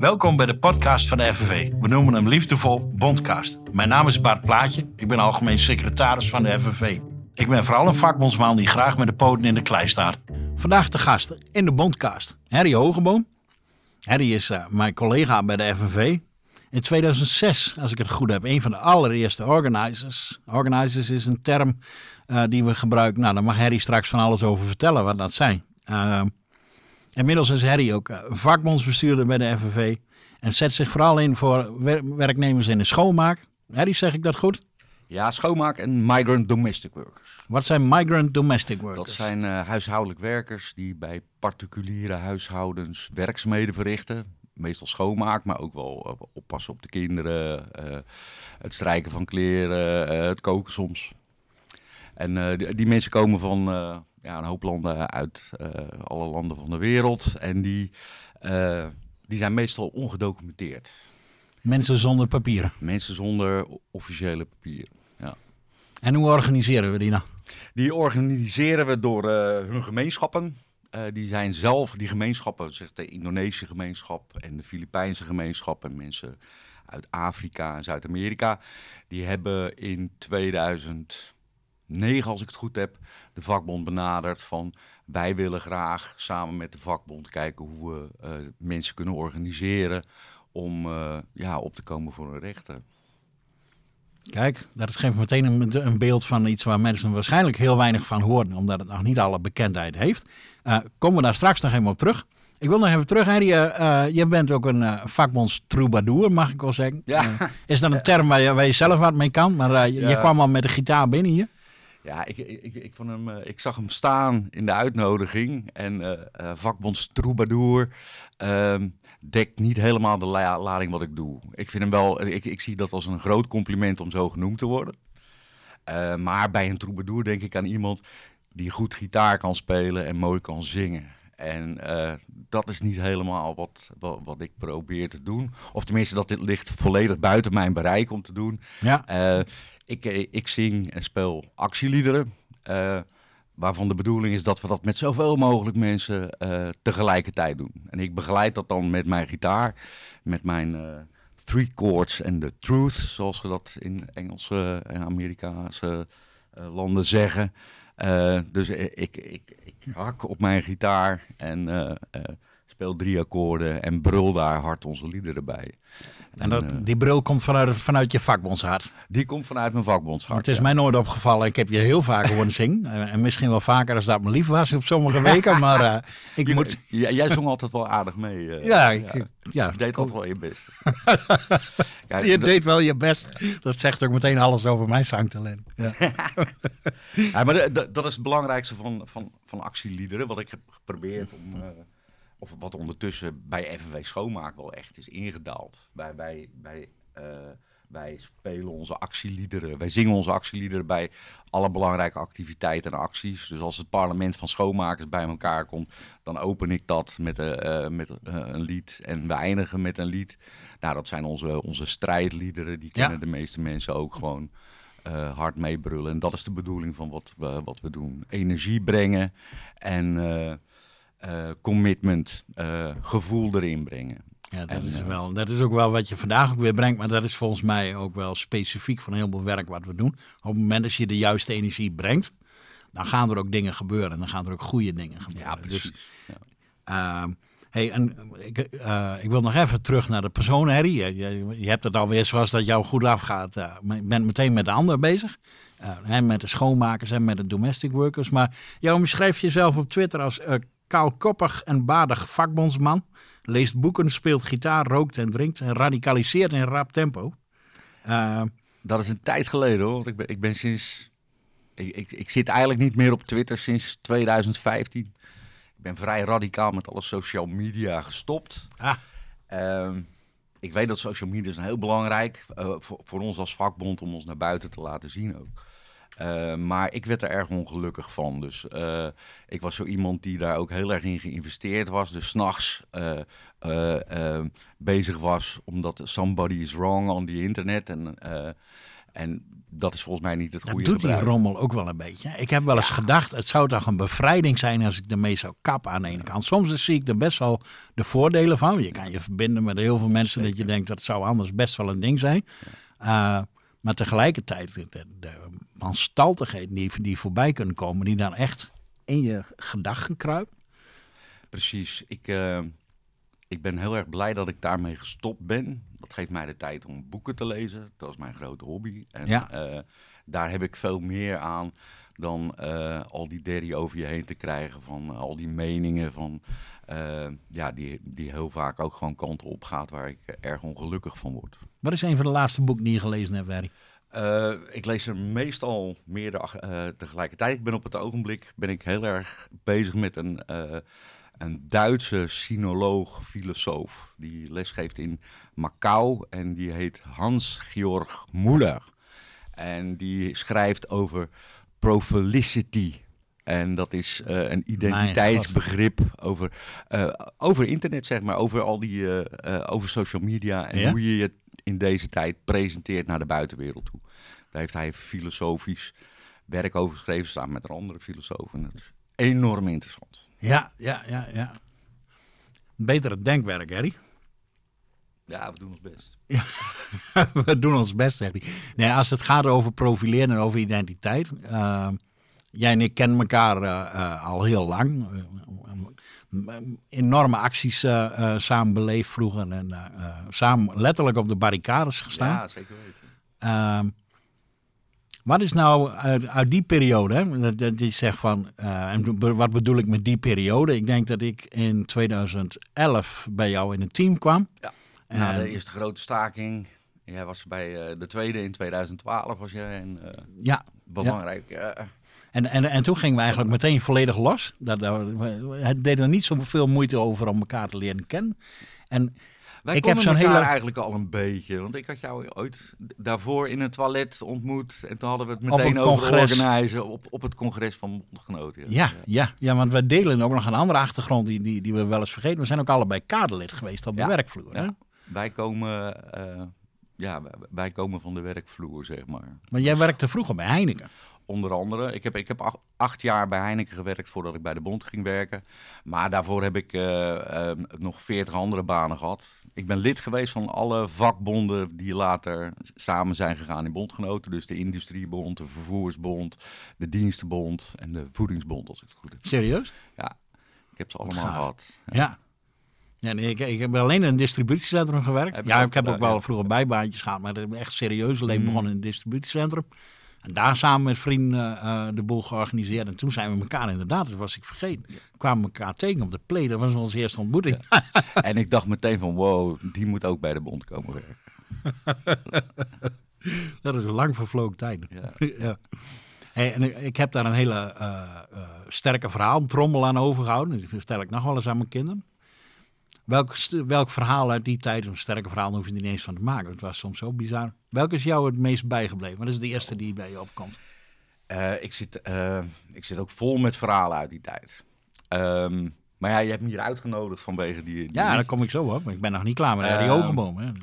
Welkom bij de podcast van de FNV. We noemen hem liefdevol Bondcast. Mijn naam is Bart Plaatje. Ik ben algemeen secretaris van de FNV. Ik ben vooral een vakbondsman die graag met de poten in de klei staat. Vandaag de gasten in de Bondcast. Harry Hogeboom. Harry is mijn collega bij de FNV. In 2006, als ik het goed heb, een van de allereerste organizers. Organizers is een term die we gebruiken. Nou, daar mag Harry straks van alles over vertellen wat dat zijn. Inmiddels is Harry ook vakbondsbestuurder bij de FNV. En zet zich vooral in voor werknemers in de schoonmaak. Harry, zeg ik dat goed? Ja, schoonmaak en migrant domestic workers. Wat zijn migrant domestic workers? Dat zijn huishoudelijk werkers die bij particuliere huishoudens werkzaamheden verrichten. Meestal schoonmaak, maar ook wel oppassen op de kinderen, het strijken van kleren, het koken soms. En die mensen komen van een hoop landen uit alle landen van de wereld. En die zijn meestal ongedocumenteerd. Mensen zonder papieren. Mensen zonder officiële papieren, ja. En hoe organiseren we die nou? Die organiseren we door hun gemeenschappen. Die zijn zelf, die gemeenschappen, zeg de Indonesische gemeenschap en de Filipijnse gemeenschap en mensen uit Afrika en Zuid-Amerika. Die hebben in 2009, als ik het goed heb, de vakbond benaderd van wij willen graag samen met de vakbond kijken hoe we mensen kunnen organiseren om op te komen voor hun rechten. Kijk, dat geeft meteen een beeld van iets waar mensen waarschijnlijk heel weinig van horen, omdat het nog niet alle bekendheid heeft. Komen we daar straks nog even op terug. Ik wil nog even terug, Harry. Je bent ook een vakbondstroubadour, mag ik wel zeggen. Ja. Is dat een term waar je zelf wat mee kan? Maar je kwam al met de gitaar binnen hier. Ja, ik zag hem staan in de uitnodiging. En vakbondstroubadour dekt niet helemaal de lading wat ik doe. Ik vind hem wel, ik zie dat als een groot compliment om zo genoemd te worden. Maar bij een troubadour denk ik aan iemand die goed gitaar kan spelen en mooi kan zingen. En dat is niet helemaal wat ik probeer te doen. Of tenminste, dat dit ligt volledig buiten mijn bereik om te doen. Ja. Ik zing en speel actieliederen. Waarvan de bedoeling is dat we dat met zoveel mogelijk mensen tegelijkertijd doen. En ik begeleid dat dan met mijn gitaar. Met mijn 3 chords en the truth. Zoals we dat in Engelse en Amerikaanse landen zeggen. Dus ik hak op mijn gitaar en speel 3 akkoorden en brul daar hard onze liederen bij. En die brul komt vanuit je vakbondshart? Die komt vanuit mijn vakbondshart. Het is mij nooit opgevallen. Ik heb je heel vaak horen zingen. En misschien wel vaker als dat me lief was op sommige weken. Maar jij zong altijd wel aardig mee. Je deed altijd wel je best. Kijk, je deed wel je best. Dat zegt ook meteen alles over mijn zangtalent. Ja. Ja, maar dat is het belangrijkste van actieliederen. Wat ik heb geprobeerd om... of wat ondertussen bij FNV Schoonmaak wel echt is ingedaald. Wij spelen onze actieliederen. Wij zingen onze actieliederen bij alle belangrijke activiteiten en acties. Dus als het parlement van schoonmakers bij elkaar komt, dan open ik dat met een lied. En we eindigen met een lied. Nou, dat zijn onze strijdliederen. Die kennen de meeste mensen ook gewoon hard meebrullen. En dat is de bedoeling van wat we doen. Energie brengen en... commitment, gevoel erin brengen. Ja, dat is ook wel wat je vandaag ook weer brengt, maar dat is volgens mij ook wel specifiek van heel veel werk wat we doen. Op het moment dat je de juiste energie brengt, dan gaan er ook dingen gebeuren. Dan gaan er ook goede dingen gebeuren. Ja, precies. Ik wil nog even terug naar de persoon, Harry. Je hebt het alweer zoals dat jou goed afgaat. Je bent meteen met de ander bezig. Met de schoonmakers en met de domestic workers. Maar jou beschrijft jezelf op Twitter als... kaalkoppig en baardig vakbondsman, leest boeken, speelt gitaar, rookt en drinkt en radicaliseert in rap tempo. Dat is een tijd geleden hoor. Want ik ben sinds... Ik zit eigenlijk niet meer op Twitter sinds 2015. Ik ben vrij radicaal met alle social media gestopt. Ik weet dat social media is heel belangrijk voor ons als vakbond om ons naar buiten te laten zien ook. Maar ik werd er erg ongelukkig van. Dus ik was zo iemand die daar ook heel erg in geïnvesteerd was. Dus 's nachts bezig was omdat somebody is wrong on the internet. En dat is volgens mij niet het goede Dat doet gebruik. die rommel ook wel een beetje. Ik heb wel eens gedacht, het zou toch een bevrijding zijn als ik ermee zou kappen aan de ene kant. Soms zie ik er best wel de voordelen van. Je kan je verbinden met heel veel mensen dat je denkt dat zou anders best wel een ding zijn. Maar tegelijkertijd de wanstaltigheden die voorbij kunnen komen, die dan echt in je gedachten kruipen. Precies. Ik ben heel erg blij dat ik daarmee gestopt ben. Dat geeft mij de tijd om boeken te lezen. Dat is mijn grote hobby. En daar heb ik veel meer aan dan al die derrie over je heen te krijgen. Van al die meningen van, die heel vaak ook gewoon kanten op gaat waar ik erg ongelukkig van word. Wat is een van de laatste boeken die je gelezen hebt, Harry? Ik lees er meestal meerdere tegelijkertijd. Op het ogenblik ben ik heel erg bezig met een Duitse sinoloog, filosoof, die lesgeeft in Macau en die heet Hans-Georg Müller. En die schrijft over prophelicity. En dat is een identiteitsbegrip over internet, zeg maar, over al die over social media en hoe je je in deze tijd presenteert naar de buitenwereld toe. Daar heeft hij filosofisch werk over geschreven, samen met een andere filosoof. En dat is enorm interessant. Ja. Beter het denkwerk, Harry. Ja, we doen ons best. Ja, we doen ons best, zegt hij. Nee, als het gaat over profileren en over identiteit. Jij en ik kennen elkaar al heel lang. Enorme acties samen beleefd vroeger. En samen letterlijk op de barricades gestaan. Ja, zeker weten. Wat is nou uit die periode, hè? Dat je zegt van, en wat bedoel ik met die periode? Ik denk dat ik in 2011 bij jou in het team kwam. Ja. Na de eerste grote staking. Jij was bij de tweede in 2012 was jij. En, belangrijk. Ja. En toen gingen we eigenlijk meteen volledig los. We deden er niet zoveel moeite over om elkaar te leren kennen. En wij konden elkaar eigenlijk al een beetje. Want ik had jou ooit daarvoor in een toilet ontmoet. En toen hadden we het meteen over organiseren op het congres van Bondgenoten. Ja, want wij delen ook nog een andere achtergrond die we wel eens vergeten. We zijn ook allebei kaderlid geweest op de werkvloer. Hè? Ja. Wij komen van de werkvloer, zeg maar. Maar jij werkte vroeger bij Heineken. Onder andere. Ik heb 8 jaar bij Heineken gewerkt voordat ik bij de Bond ging werken. Maar daarvoor heb ik nog 40 andere banen gehad. Ik ben lid geweest van alle vakbonden die later samen zijn gegaan in Bondgenoten. Dus de Industriebond, de Vervoersbond, de Dienstenbond en de Voedingsbond, als ik het goed heb. Serieus? Ja, ik heb ze allemaal gehad. Ja. Ja, nee, ik heb alleen in een distributiecentrum gewerkt. Ik heb ook wel vroeger bijbaantjes gehad, maar dat echt serieus alleen begonnen in een distributiecentrum. En daar samen met vrienden de boel georganiseerd. En toen zijn we elkaar inderdaad, dat was ik vergeten, kwamen we elkaar tegen op de play. Dat was onze eerste ontmoeting. Ja. En ik dacht meteen van, wow, die moet ook bij de Bond komen werken. Dat is een lang vervlogen tijd. Ja. Hey, en ik heb daar een hele sterke verhaaltrommel aan overgehouden. Die vertel ik nog wel eens aan mijn kinderen. Welk verhaal uit die tijd, een sterke verhaal, hoef je er niet eens van te maken. Het was soms zo bizar. Welk is jou het meest bijgebleven? Wat is de eerste die bij je opkomt? Ik zit ook vol met verhalen uit die tijd. Maar ja, je hebt me hier uitgenodigd vanwege die ja, daar kom ik zo op. Maar ik ben nog niet klaar met die Hogeboom. Hè.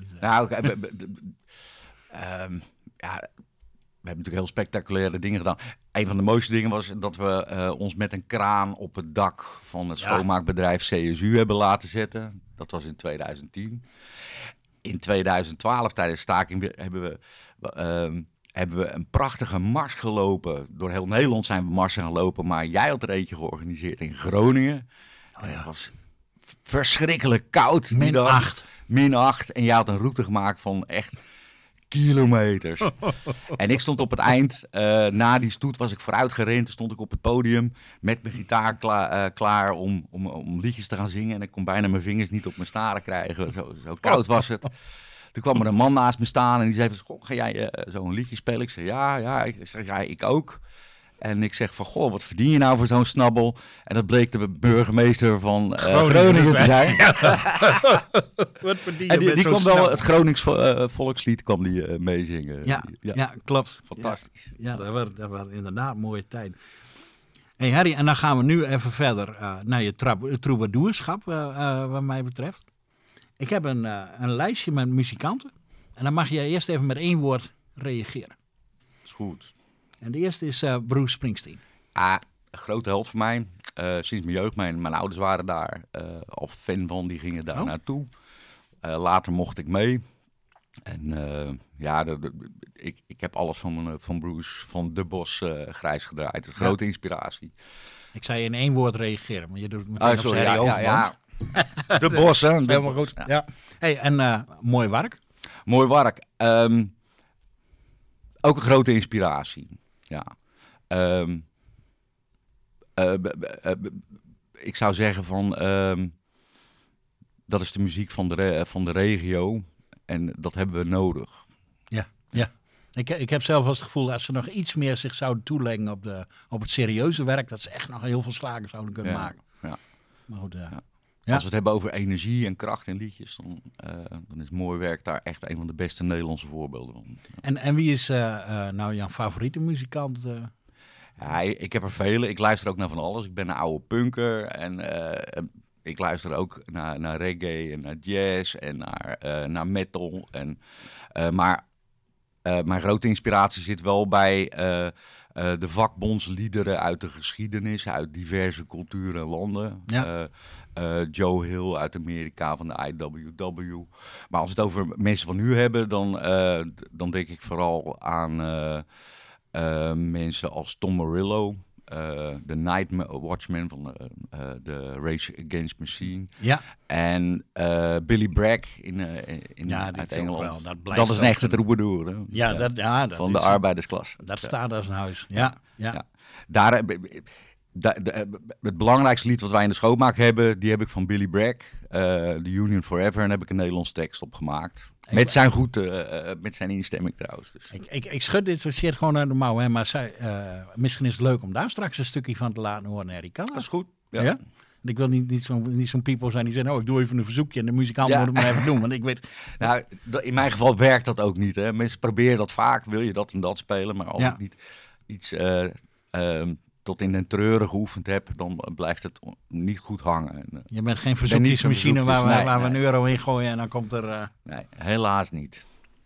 We hebben natuurlijk heel spectaculaire dingen gedaan. Een van de mooiste dingen was dat we ons met een kraan op het dak van het schoonmaakbedrijf CSU hebben laten zetten. Dat was in 2010. In 2012, tijdens de staking, hebben we een prachtige mars gelopen. Door heel Nederland zijn we marsen gaan lopen. Maar jij had er eentje georganiseerd in Groningen. Oh ja. Het was verschrikkelijk koud. -8. En jij had een route gemaakt van echt kilometers. En ik stond op het eind, na die stoet was ik vooruit gerend. Toen stond ik op het podium met mijn gitaar klaar om liedjes te gaan zingen. En ik kon bijna mijn vingers niet op mijn snaren krijgen. Zo koud was het. Toen kwam er een man naast me staan en die zei van, ga jij zo'n liedje spelen? Ik zei, ja. Ik zeg, ja, ik ook. En ik zeg van, wat verdien je nou voor zo'n snabbel? En dat bleek de burgemeester van Groningen te zijn. Wat verdien je en die zo'n kwam snabbel? wel het Gronings volkslied kwam die meezingen. Ja, klopt. Fantastisch. Ja, dat was inderdaad een mooie tijd. Hey Harry, en dan gaan we nu even verder naar je troubadourschap, wat mij betreft. Ik heb een lijstje met muzikanten. En dan mag je eerst even met 1 woord reageren. is goed. En de eerste is Bruce Springsteen. Een grote held voor mij. Sinds mijn jeugd, mijn ouders waren daar al fan van, die gingen daar naartoe. Later mocht ik mee. En ik heb alles van Bruce, van De Bos grijs gedraaid. Een grote inspiratie. Ik zei in 1 woord reageren, maar je doet het meteen op serie ja. De Bos, hè. Helemaal goed. Ja. Hey, en mooi werk. Mooi werk. Ook een grote inspiratie. Ja. Ik zou zeggen van... dat is de muziek van de regio. En dat hebben we nodig. Ja. Ik heb zelf als het gevoel dat ze nog iets meer zich zouden toeleggen op het serieuze werk. Dat ze echt nog heel veel slagen zouden kunnen maken. Ja. Maar goed, Als we het hebben over energie en kracht in liedjes, dan is Mooi Werk daar echt een van de beste Nederlandse voorbeelden van. En wie is nou jouw favoriete muzikant? Ja, ik heb er vele. Ik luister ook naar van alles. Ik ben een oude punker en ik luister ook naar reggae en naar jazz en naar metal. Maar mijn grote inspiratie zit wel bij de vakbondsliederen uit de geschiedenis, uit diverse culturen en landen. Ja. Joe Hill uit Amerika van de IWW. Maar als we het over mensen van nu hebben, dan denk ik vooral aan mensen als Tom Morello, de Night Watchman van de Rage Against Machine. Ja. En Billy Bragg uit Engeland. Dat is een echte troubadour. Hè? Dat van is de arbeidersklasse. Dat staat als een huis. Ja. Daar... Het belangrijkste lied wat wij in de schoonmaak hebben, die heb ik van Billy Bragg, The Union Forever, en daar heb ik een Nederlands tekst op gemaakt. Met zijn instemming trouwens. Dus. Ik schud dit soort shit gewoon uit de mouw, hè, maar misschien is het leuk om daar straks een stukje van te laten horen, Harry. Kan dat? Dat is goed. Ja? En ik wil niet zo'n people zijn die zeggen, ik doe even een verzoekje en de muzikant moet het maar even doen, want ik weet... Nou, in mijn geval werkt dat ook niet. Hè. Mensen proberen dat vaak, wil je dat en dat spelen, maar als ik niet iets... tot in den treuren geoefend heb, dan blijft het niet goed hangen. Je bent geen verzoekjesmachine waar we een euro in gooien en dan komt er... Nee, helaas niet.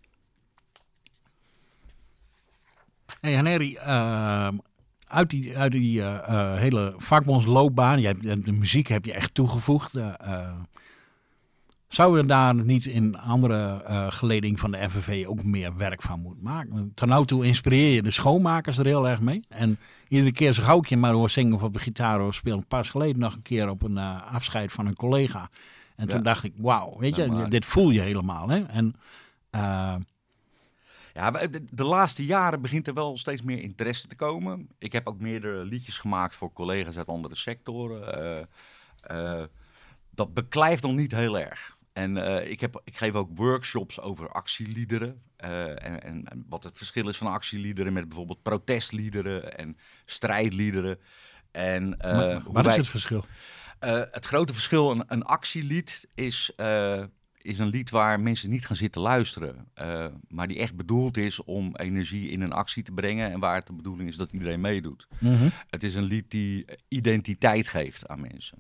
Hey Harry, uit die hele vakbondsloopbaan, de muziek heb je echt toegevoegd. Zou je daar niet in andere geleding van de FNV ook meer werk van moeten maken? Ten nou toe inspireer je de schoonmakers er heel erg mee. En iedere keer zo gauw ik je maar hoor zingen of op de gitaar hoor spelen. Pas geleden nog een keer op een afscheid van een collega. En toen dacht ik, wauw, weet je, dit voel je helemaal. Hè? En, de laatste jaren begint er wel steeds meer interesse te komen. Ik heb ook meerdere liedjes gemaakt voor collega's uit andere sectoren. Dat beklijft nog niet heel erg. En ik geef ook workshops over actieliederen. En wat het verschil is van actieliederen met bijvoorbeeld protestliederen en strijdliederen. Wat is het verschil? Het grote verschil, een actielied is een lied waar mensen niet gaan zitten luisteren. Maar die echt bedoeld is om energie in een actie te brengen. En waar het de bedoeling is dat iedereen meedoet. Mm-hmm. Het is een lied die identiteit geeft aan mensen.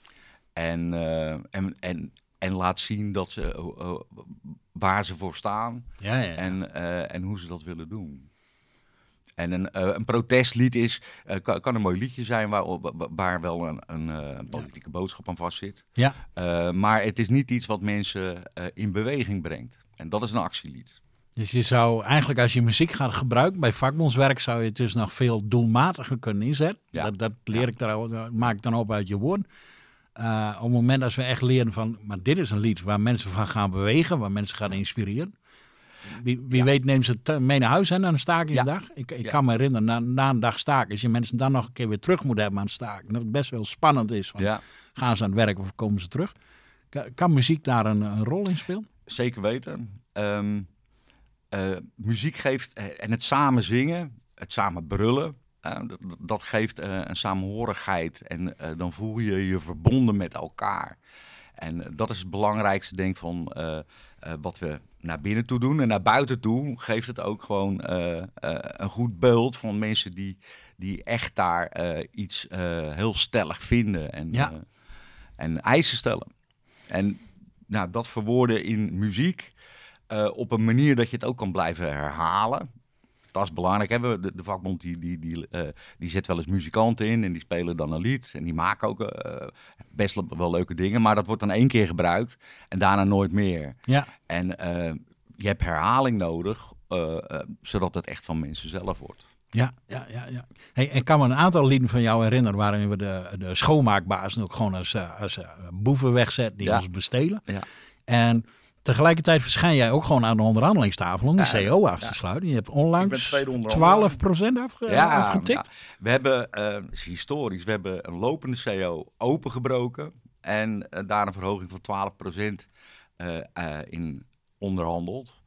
En laat zien dat waar ze voor staan en hoe ze dat willen doen. En een protestlied kan een mooi liedje zijn waar wel een politieke boodschap aan vastzit. Ja. Maar het is niet iets wat mensen in beweging brengt. En dat is een actielied. Dus je zou eigenlijk als je muziek gaat gebruiken bij vakbondswerk zou je het dus nog veel doelmatiger kunnen inzetten. Ja. Dat maak ik dan op uit je woorden. Op het moment dat we echt leren van, maar dit is een lied waar mensen van gaan bewegen, waar mensen gaan inspireren. Wie weet neemt ze het mee naar huis en aan een stakingsdag. Ik kan me herinneren, na een dag staken, als je mensen dan nog een keer weer terug moet hebben aan het staken. Dat het best wel spannend is. Van, gaan ze aan het werk of komen ze terug? Kan muziek daar een rol in spelen? Zeker weten. Muziek geeft, en het samen zingen, het samen brullen, dat geeft een samenhorigheid en dan voel je je verbonden met elkaar. En dat is het belangrijkste, denk ik, van wat we naar binnen toe doen. En naar buiten toe geeft het ook gewoon een goed beeld van mensen die echt daar iets heel stellig vinden en eisen stellen. En dat verwoorden in muziek op een manier dat je het ook kan blijven herhalen. dat is belangrijk. Hè? De vakbond die zet wel eens muzikanten in en die spelen dan een lied. En die maken ook best wel leuke dingen. Maar dat wordt dan 1 keer gebruikt en daarna nooit meer. Ja. En je hebt herhaling nodig, zodat het echt van mensen zelf wordt. Ja. Hey, ik kan me een aantal lieden van jou herinneren waarin we de schoonmaakbazen ook gewoon als boeven wegzetten die ons bestelen. Ja. En tegelijkertijd verschijn jij ook gewoon aan de onderhandelingstafel om die CO af te sluiten. Je hebt onlangs 12% afgetikt. Ja. We hebben, is historisch, we hebben een lopende CO opengebroken en daar een verhoging van 12% in onderhandeld.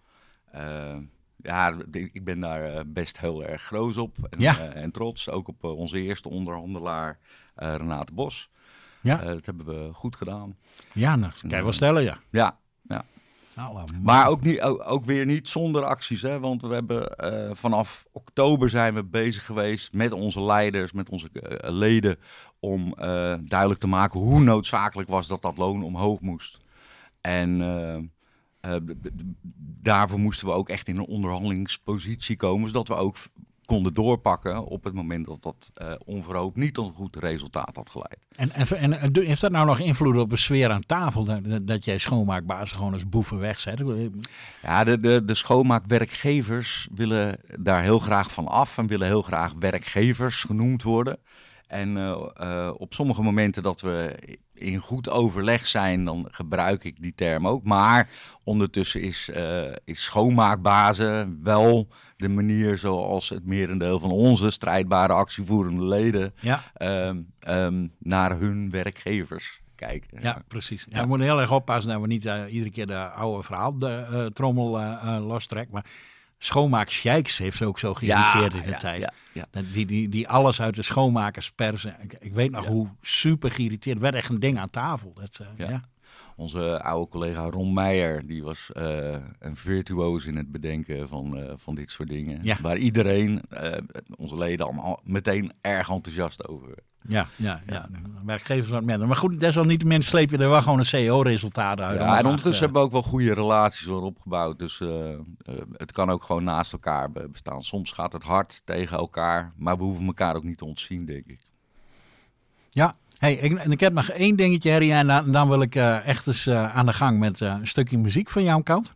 Ik ben daar best heel erg groot op en trots. Ook op onze eerste onderhandelaar, Renate Bos. Ja. Dat hebben we goed gedaan. Ja, nou, kan je wel stellen, ja. Ja. Maar ook weer niet zonder acties. Hè? Want we hebben vanaf oktober zijn we bezig geweest met onze leiders, met onze leden, om duidelijk te maken hoe noodzakelijk was dat loon omhoog moest. En daarvoor moesten we ook echt in een onderhandelingspositie komen, zodat we ook konden doorpakken op het moment dat onverhoopt niet tot een goed resultaat had geleid. En heeft dat nou nog invloed op de sfeer aan tafel, dat jij schoonmaakbazen gewoon als boeven wegzet? Ja, de schoonmaakwerkgevers willen daar heel graag van af en willen heel graag werkgevers genoemd worden. En op sommige momenten dat we in goed overleg zijn, dan gebruik ik die term ook. Maar ondertussen is schoonmaakbazen wel de manier zoals het merendeel van onze strijdbare actievoerende leden naar hun werkgevers kijken. Ja, precies. Ja, we moeten heel erg oppassen dat we niet iedere keer de oude verhaaltrommel lostrekken. Maar schoonmaaksheiks heeft ze ook zo geïrriteerd in de tijd. Ja. Die alles uit de schoonmakers persen. Ik weet nog hoe super geïrriteerd. werd echt een ding aan tafel. Onze oude collega Ron Meijer, die was een virtuoos in het bedenken van dit soort dingen. Ja. Waar iedereen, onze leden, allemaal meteen erg enthousiast over. Ja. Werkgevers wat minder. Maar goed, desalniettemin sleep je er wel gewoon een CO-resultaat uit. Ja, en ondertussen hebben we ook wel goede relaties opgebouwd. Dus het kan ook gewoon naast elkaar bestaan. Soms gaat het hard tegen elkaar, maar we hoeven elkaar ook niet te ontzien, denk ik. Ja. Hey, ik heb nog 1 dingetje, Harry, en dan wil ik echt eens aan de gang met een stukje muziek van jouw kant.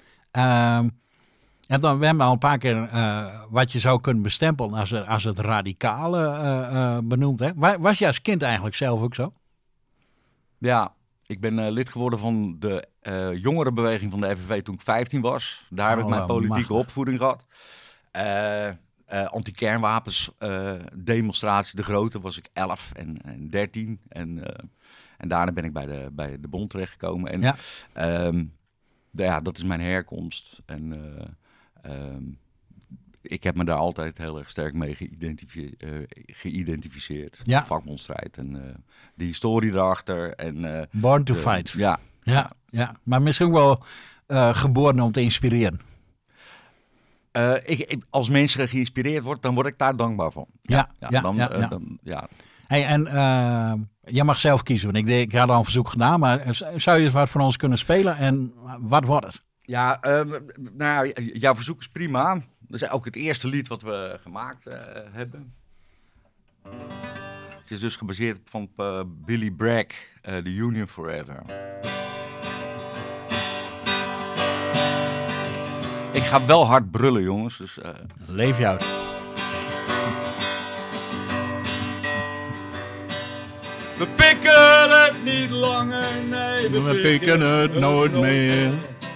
We hebben al een paar keer wat je zou kunnen bestempelen als het radicale benoemd. Hè? Was je als kind eigenlijk zelf ook zo? Ja, ik ben lid geworden van de jongerenbeweging van de FNV toen ik 15 was. Daar heb ik mijn politieke opvoeding gehad. Anti-kernwapens demonstraties, de grote, was ik 11 en 13. En daarna ben ik bij de bond terechtgekomen. En dat is mijn herkomst. En ik heb me daar altijd heel erg sterk mee geïdentificeerd. Ja. Vakbondstrijd en de historie erachter. En, Born to fight. Ja. Maar misschien wel geboren om te inspireren. Als mensen geïnspireerd wordt, dan word ik daar dankbaar van. Ja. Hey, en jij mag zelf kiezen, want ik had al een verzoek gedaan, maar zou je eens wat voor ons kunnen spelen en wat wordt het? Ja, jouw verzoek is prima. Dat is ook het eerste lied wat we gemaakt hebben. Het is dus gebaseerd van Billy Bragg, The Union Forever. Ik ga wel hard brullen, jongens. Dus, leef je uit. We pikken het niet langer, nee. We pikken het nooit meer.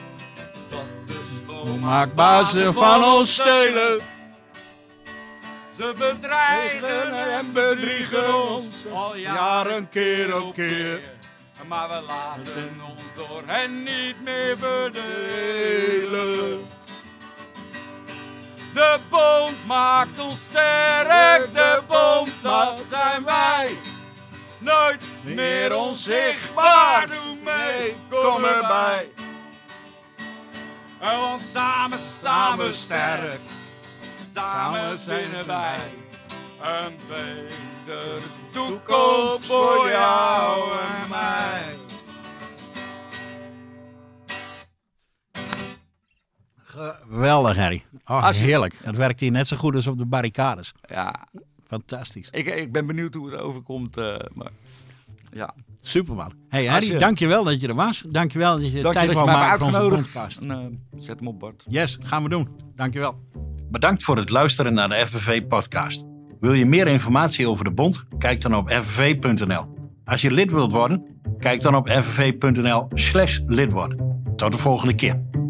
Schoonmaakbazen van ons stelen. Ze bedreigen en bedriegen ons al jaren keer op keer. Maar we laten ons door hen niet meer verdelen. De bond maakt ons sterk, de bond, dat zijn wij. Nooit meer onzichtbaar, doe mee, kom erbij. Want samen staan we sterk, samen winnen wij. Een betere toekomst voor jou en mij. Geweldig, Harry. Oh, heerlijk. Het werkt hier net zo goed als op de barricades. Ja. Fantastisch. Ik ben benieuwd hoe het overkomt. Maar ja. Superman. Hey Harry, dankjewel dat je er was. Dankjewel dat je tijd wou maken voor onze podcast. Zet hem op, Bart. Yes, gaan we doen. Dankjewel. Bedankt voor het luisteren naar de FNV-podcast. Wil je meer informatie over de bond? Kijk dan op fnv.nl. Als je lid wilt worden, kijk dan op fnv.nl/lidworden. Tot de volgende keer.